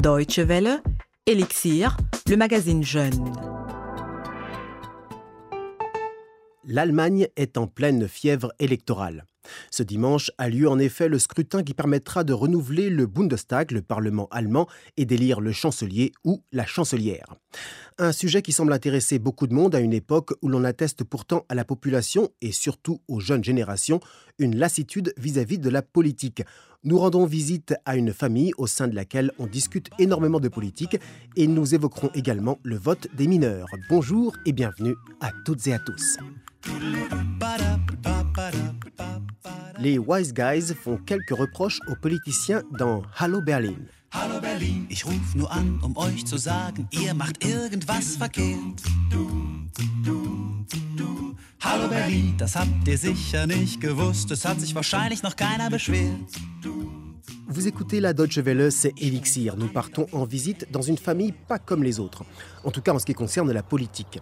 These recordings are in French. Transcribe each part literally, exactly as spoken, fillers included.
Deutsche Welle, Elixir, le magazine Jeune. L'Allemagne est en pleine fièvre électorale. Ce dimanche a lieu en effet le scrutin qui permettra de renouveler le Bundestag, le Parlement allemand, et d'élire le chancelier ou la chancelière. Un sujet qui semble intéresser beaucoup de monde à une époque où l'on atteste pourtant à la population, et surtout aux jeunes générations, une lassitude vis-à-vis de la politique. Nous rendons visite à une famille au sein de laquelle on discute énormément de politique et nous évoquerons également le vote des mineurs. Bonjour et bienvenue à toutes et à tous. Les Wise Guys font quelques reproches aux politiciens dans Hallo Berlin. Hallo Berlin, ich ruf nur an, um euch zu sagen, ihr macht irgendwas verkehrt. Hallo Berlin, das habt ihr sicher nicht gewusst, es hat sich wahrscheinlich noch keiner beschwert. Vous écoutez la Deutsche Welle, c'est Elixir. Nous partons en visite dans une famille pas comme les autres, en tout cas en ce qui concerne la politique.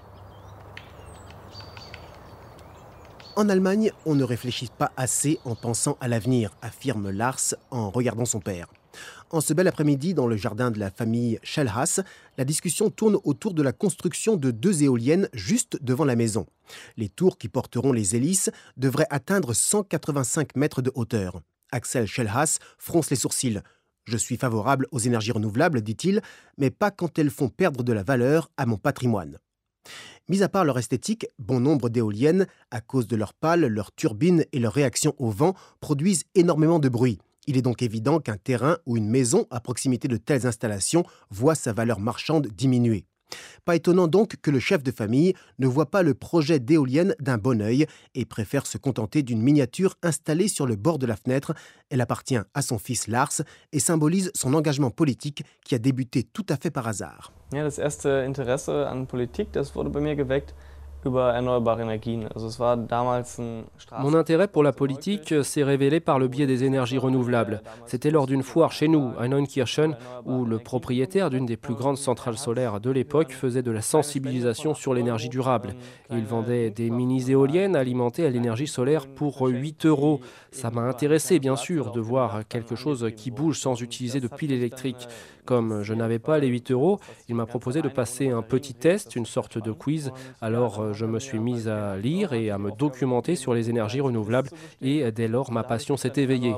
En Allemagne, on ne réfléchit pas assez en pensant à l'avenir, affirme Lars en regardant son père. En ce bel après-midi, dans le jardin de la famille Schellhaas, la discussion tourne autour de la construction de deux éoliennes juste devant la maison. Les tours qui porteront les hélices devraient atteindre cent quatre-vingt-cinq mètres de hauteur. Axel Schellhaas fronce les sourcils. « Je suis favorable aux énergies renouvelables, dit-il, mais pas quand elles font perdre de la valeur à mon patrimoine. » Mis à part leur esthétique, bon nombre d'éoliennes, à cause de leurs pales, leurs turbines et leur réaction au vent, produisent énormément de bruit. Il est donc évident qu'un terrain ou une maison à proximité de telles installations voit sa valeur marchande diminuer. Pas étonnant donc que le chef de famille ne voit pas le projet d'éolienne d'un bon œil et préfère se contenter d'une miniature installée sur le bord de la fenêtre. Elle appartient à son fils Lars et symbolise son engagement politique qui a débuté tout à fait par hasard. Ja, das erste Interesse an Politik, das wurde bei mir geweckt über erneuerbare Energien. Also es war damals ein Straßen- Mon intérêt pour la politique s'est révélé par le biais des énergies renouvelables. C'était lors d'une foire chez nous, à Neunkirchen, où le propriétaire d'une des plus grandes centrales solaires de l'époque faisait de la sensibilisation sur l'énergie durable. Il vendait des mini-éoliennes alimentées à l'énergie solaire pour huit euros. Ça m'a intéressé, bien sûr, de voir quelque chose qui bouge sans utiliser de pile électrique. Comme je n'avais pas les huit euros, il m'a proposé de passer un petit test, une sorte de quiz. Alors je me suis mise à lire et à me documenter sur les énergies renouvelables et dès lors ma passion s'est éveillée.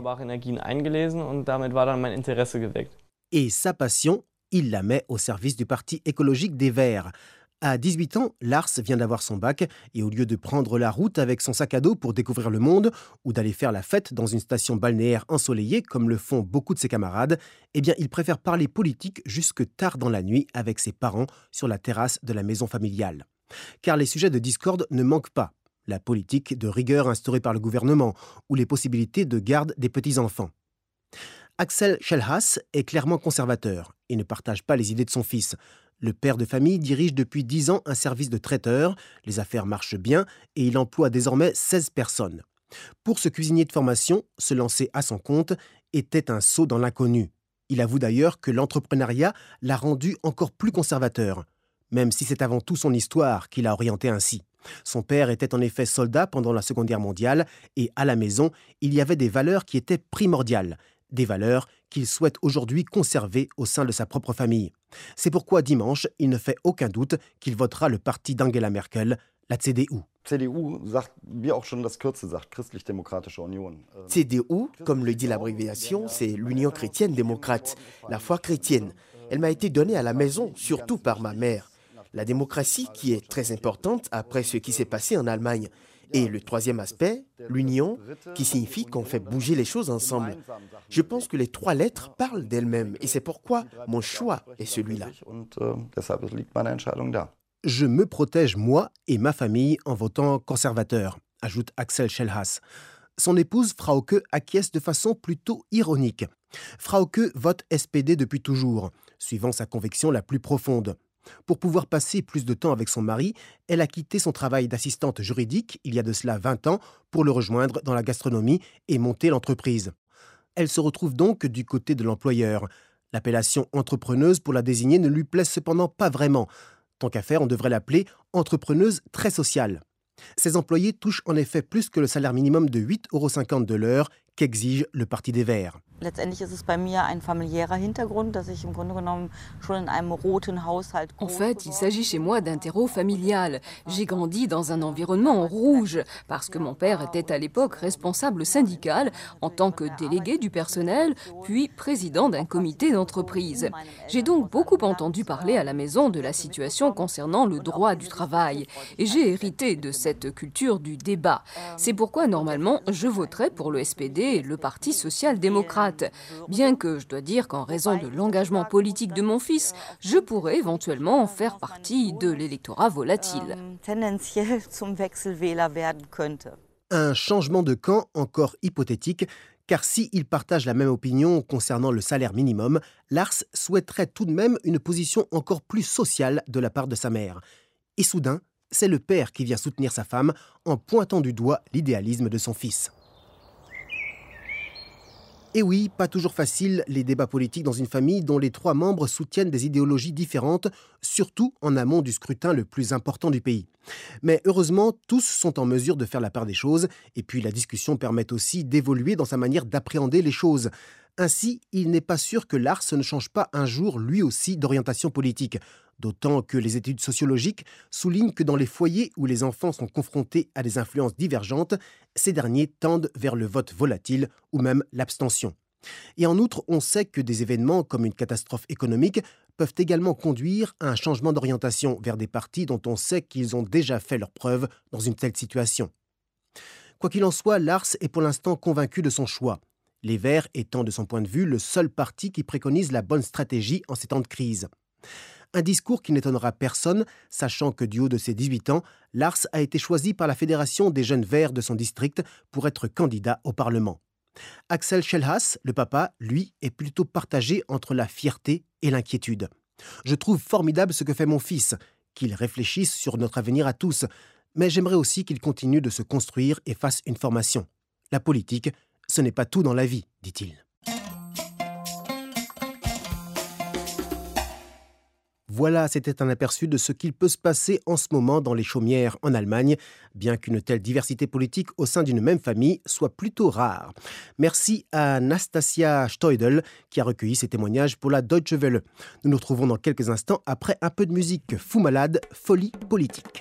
Et sa passion, il la met au service du Parti écologique des Verts. À dix-huit ans, Lars vient d'avoir son bac et au lieu de prendre la route avec son sac à dos pour découvrir le monde ou d'aller faire la fête dans une station balnéaire ensoleillée comme le font beaucoup de ses camarades, eh bien il préfère parler politique jusque tard dans la nuit avec ses parents sur la terrasse de la maison familiale. Car les sujets de discorde ne manquent pas. La politique de rigueur instaurée par le gouvernement ou les possibilités de garde des petits-enfants. Axel Schellhaas est clairement conservateur et ne partage pas les idées de son fils. Le père de famille dirige depuis dix ans un service de traiteur, les affaires marchent bien et il emploie désormais seize personnes. Pour ce cuisinier de formation, se lancer à son compte était un saut dans l'inconnu. Il avoue d'ailleurs que l'entrepreneuriat l'a rendu encore plus conservateur, même si c'est avant tout son histoire qui l'a orienté ainsi. Son père était en effet soldat pendant la Seconde Guerre mondiale et à la maison, il y avait des valeurs qui étaient primordiales. Des valeurs qu'il souhaite aujourd'hui conserver au sein de sa propre famille. C'est pourquoi dimanche, il ne fait aucun doute qu'il votera le parti d'Angela Merkel, la C D U. C D U, sagt, wie auch schon das Kürzel sagt, Christlich-Demokratische Union. C D U, comme le dit l'abréviation, c'est l'Union chrétienne démocrate, la foi chrétienne. Elle m'a été donnée à la maison, surtout par ma mère. La démocratie qui est très importante après ce qui s'est passé en Allemagne. Et le troisième aspect, l'union, qui signifie qu'on fait bouger les choses ensemble. Je pense que les trois lettres parlent d'elles-mêmes et c'est pourquoi mon choix est celui-là. Je me protège moi et ma famille en votant conservateur, ajoute Axel Schellhaas. Son épouse Frauke acquiesce de façon plutôt ironique. Frauke vote S P D depuis toujours, suivant sa conviction la plus profonde. Pour pouvoir passer plus de temps avec son mari, elle a quitté son travail d'assistante juridique il y a de cela vingt ans pour le rejoindre dans la gastronomie et monter l'entreprise. Elle se retrouve donc du côté de l'employeur. L'appellation entrepreneuse pour la désigner ne lui plaît cependant pas vraiment. Tant qu'à faire, on devrait l'appeler entrepreneuse très sociale. Ses employés touchent en effet plus que le salaire minimum de huit euros cinquante de l'heure, qu'exige le Parti des Verts. En fait, il s'agit chez moi d'un terreau familial. J'ai grandi dans un environnement rouge parce que mon père était à l'époque responsable syndical en tant que délégué du personnel, puis président d'un comité d'entreprise. J'ai donc beaucoup entendu parler à la maison de la situation concernant le droit du travail et j'ai hérité de cette culture du débat. C'est pourquoi normalement je voterai pour le S P D et le Parti social-démocrate. Bien que je dois dire qu'en raison de l'engagement politique de mon fils, je pourrais éventuellement faire partie de l'électorat volatile. Un changement de camp encore hypothétique, car s'il partage la même opinion concernant le salaire minimum, Lars souhaiterait tout de même une position encore plus sociale de la part de sa mère. Et soudain, c'est le père qui vient soutenir sa femme en pointant du doigt l'idéalisme de son fils. Et oui, pas toujours facile les débats politiques dans une famille dont les trois membres soutiennent des idéologies différentes, surtout en amont du scrutin le plus important du pays. Mais heureusement, tous sont en mesure de faire la part des choses, et puis la discussion permet aussi d'évoluer dans sa manière d'appréhender les choses. Ainsi, il n'est pas sûr que Lars ne change pas un jour lui aussi d'orientation politique. D'autant que les études sociologiques soulignent que dans les foyers où les enfants sont confrontés à des influences divergentes, ces derniers tendent vers le vote volatile ou même l'abstention. Et en outre, on sait que des événements comme une catastrophe économique peuvent également conduire à un changement d'orientation vers des partis dont on sait qu'ils ont déjà fait leurs preuves dans une telle situation. Quoi qu'il en soit, Lars est pour l'instant convaincu de son choix. Les Verts étant, de son point de vue, le seul parti qui préconise la bonne stratégie en ces temps de crise. Un discours qui n'étonnera personne, sachant que du haut de ses dix-huit ans, Lars a été choisi par la Fédération des jeunes Verts de son district pour être candidat au Parlement. Axel Schellhas, le papa, lui, est plutôt partagé entre la fierté et l'inquiétude. « Je trouve formidable ce que fait mon fils, qu'il réfléchisse sur notre avenir à tous, mais j'aimerais aussi qu'il continue de se construire et fasse une formation. La politique, ce n'est pas tout dans la vie, dit-il. » Voilà, c'était un aperçu de ce qu'il peut se passer en ce moment dans les chaumières en Allemagne, bien qu'une telle diversité politique au sein d'une même famille soit plutôt rare. Merci à Nastasia Steudel qui a recueilli ces témoignages pour la Deutsche Welle. Nous nous retrouvons dans quelques instants après un peu de musique. Fou malade, folie politique.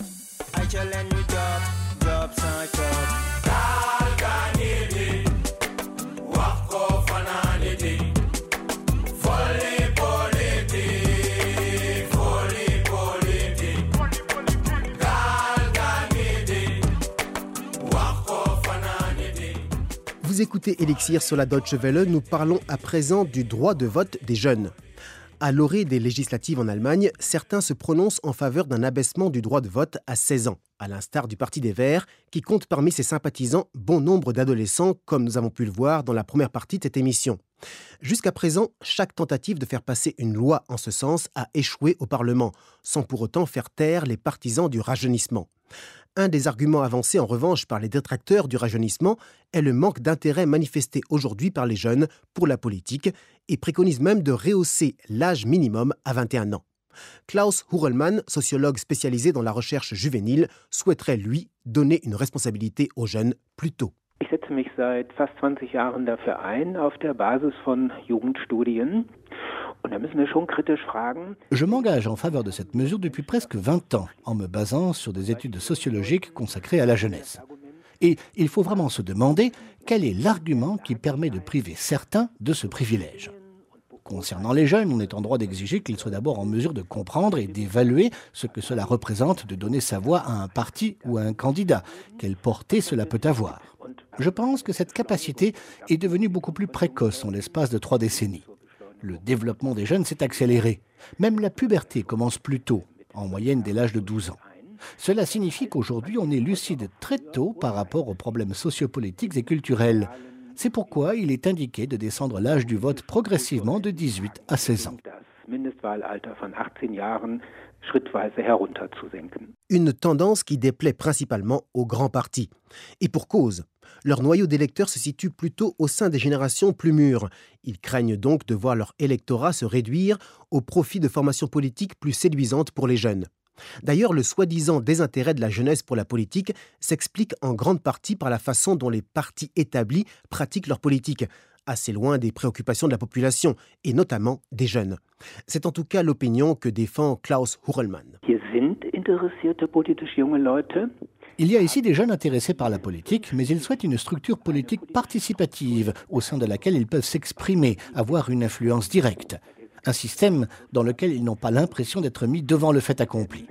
Vous écoutez Elixir sur la Deutsche Welle, nous parlons à présent du droit de vote des jeunes. À l'orée des législatives en Allemagne, certains se prononcent en faveur d'un abaissement du droit de vote à seize ans, à l'instar du Parti des Verts, qui compte parmi ses sympathisants bon nombre d'adolescents, comme nous avons pu le voir dans la première partie de cette émission. Jusqu'à présent, chaque tentative de faire passer une loi en ce sens a échoué au Parlement, sans pour autant faire taire les partisans du rajeunissement. Un des arguments avancés en revanche par les détracteurs du rajeunissement est le manque d'intérêt manifesté aujourd'hui par les jeunes pour la politique et préconise même de rehausser l'âge minimum à vingt et un ans. Klaus Hurlmann, sociologue spécialisé dans la recherche juvénile, souhaiterait, lui, donner une responsabilité aux jeunes plus tôt. Ich setze mich seit fast zwanzig Jahren dafür ein, auf der Basis von Jugendstudien. Und da müssen wir schon kritisch fragen. Je m'engage en faveur de cette mesure depuis presque vingt ans, en me basant sur des études sociologiques consacrées à la jeunesse. Et il faut vraiment se demander quel est l'argument qui permet de priver certains de ce privilège. Concernant les jeunes, on est en droit d'exiger qu'ils soient d'abord en mesure de comprendre et d'évaluer ce que cela représente de donner sa voix à un parti ou à un candidat, quelle portée cela peut avoir. Je pense que cette capacité est devenue beaucoup plus précoce en l'espace de trois décennies. Le développement des jeunes s'est accéléré. Même la puberté commence plus tôt, en moyenne dès l'âge de douze ans. Cela signifie qu'aujourd'hui, on est lucide très tôt par rapport aux problèmes sociopolitiques et culturels. C'est pourquoi il est indiqué de descendre l'âge du vote progressivement de dix-huit à seize ans. Une tendance qui déplaît principalement aux grands partis. Et pour cause, leur noyau d'électeurs se situe plutôt au sein des générations plus mûres. Ils craignent donc de voir leur électorat se réduire au profit de formations politiques plus séduisantes pour les jeunes. D'ailleurs, le soi-disant désintérêt de la jeunesse pour la politique s'explique en grande partie par la façon dont les partis établis pratiquent leur politique, assez loin des préoccupations de la population, et notamment des jeunes. C'est en tout cas l'opinion que défend Klaus Hurlmann. Il y a ici des jeunes intéressés par la politique, mais ils souhaitent une structure politique participative, au sein de laquelle ils peuvent s'exprimer, avoir une influence directe. Un système dans lequel ils n'ont pas l'impression d'être mis devant le fait accompli.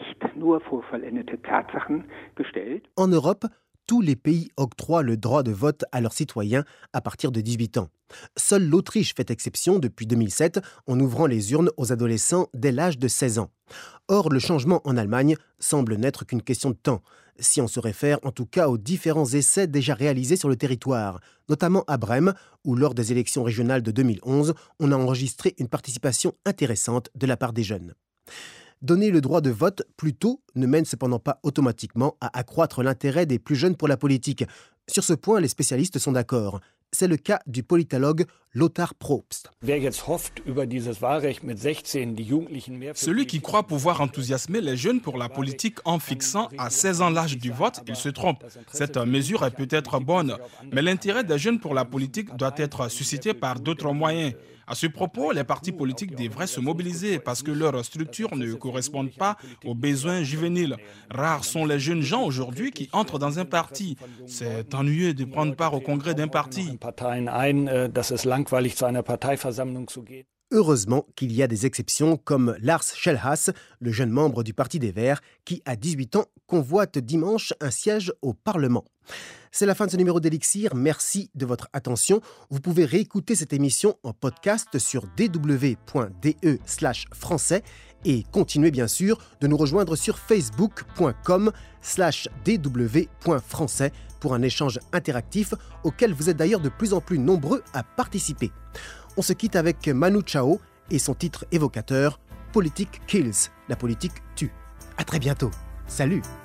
En Europe, tous les pays octroient le droit de vote à leurs citoyens à partir de dix-huit ans. Seule l'Autriche fait exception depuis deux mille sept en ouvrant les urnes aux adolescents dès l'âge de seize ans. Or, le changement en Allemagne semble n'être qu'une question de temps, si on se réfère en tout cas aux différents essais déjà réalisés sur le territoire, notamment à Brême, où lors des élections régionales de deux mille onze, on a enregistré une participation intéressante de la part des jeunes. Donner le droit de vote plus tôt ne mène cependant pas automatiquement à accroître l'intérêt des plus jeunes pour la politique. Sur ce point, les spécialistes sont d'accord. C'est le cas du politologue Lothar Probst. Celui qui croit pouvoir enthousiasmer les jeunes pour la politique en fixant à seize ans l'âge du vote, il se trompe. Cette mesure est peut-être bonne, mais l'intérêt des jeunes pour la politique doit être suscité par d'autres moyens. À ce propos, les partis politiques devraient se mobiliser parce que leurs structures ne correspondent pas aux besoins juvéniles. Rares sont les jeunes gens aujourd'hui qui entrent dans un parti. C'est ennuyeux de prendre part au congrès d'un parti. Heureusement qu'il y a des exceptions comme Lars Schellhas, le jeune membre du Parti des Verts, qui à dix-huit ans convoite dimanche un siège au Parlement. C'est la fin de ce numéro d'Elixir. Merci de votre attention. Vous pouvez réécouter cette émission en podcast sur d w point d e slash français et continuez bien sûr de nous rejoindre sur facebook point com slash d w point français pour un échange interactif auquel vous êtes d'ailleurs de plus en plus nombreux à participer. On se quitte avec Manu Chao et son titre évocateur « Politique kills », la politique tue. À très bientôt. Salut!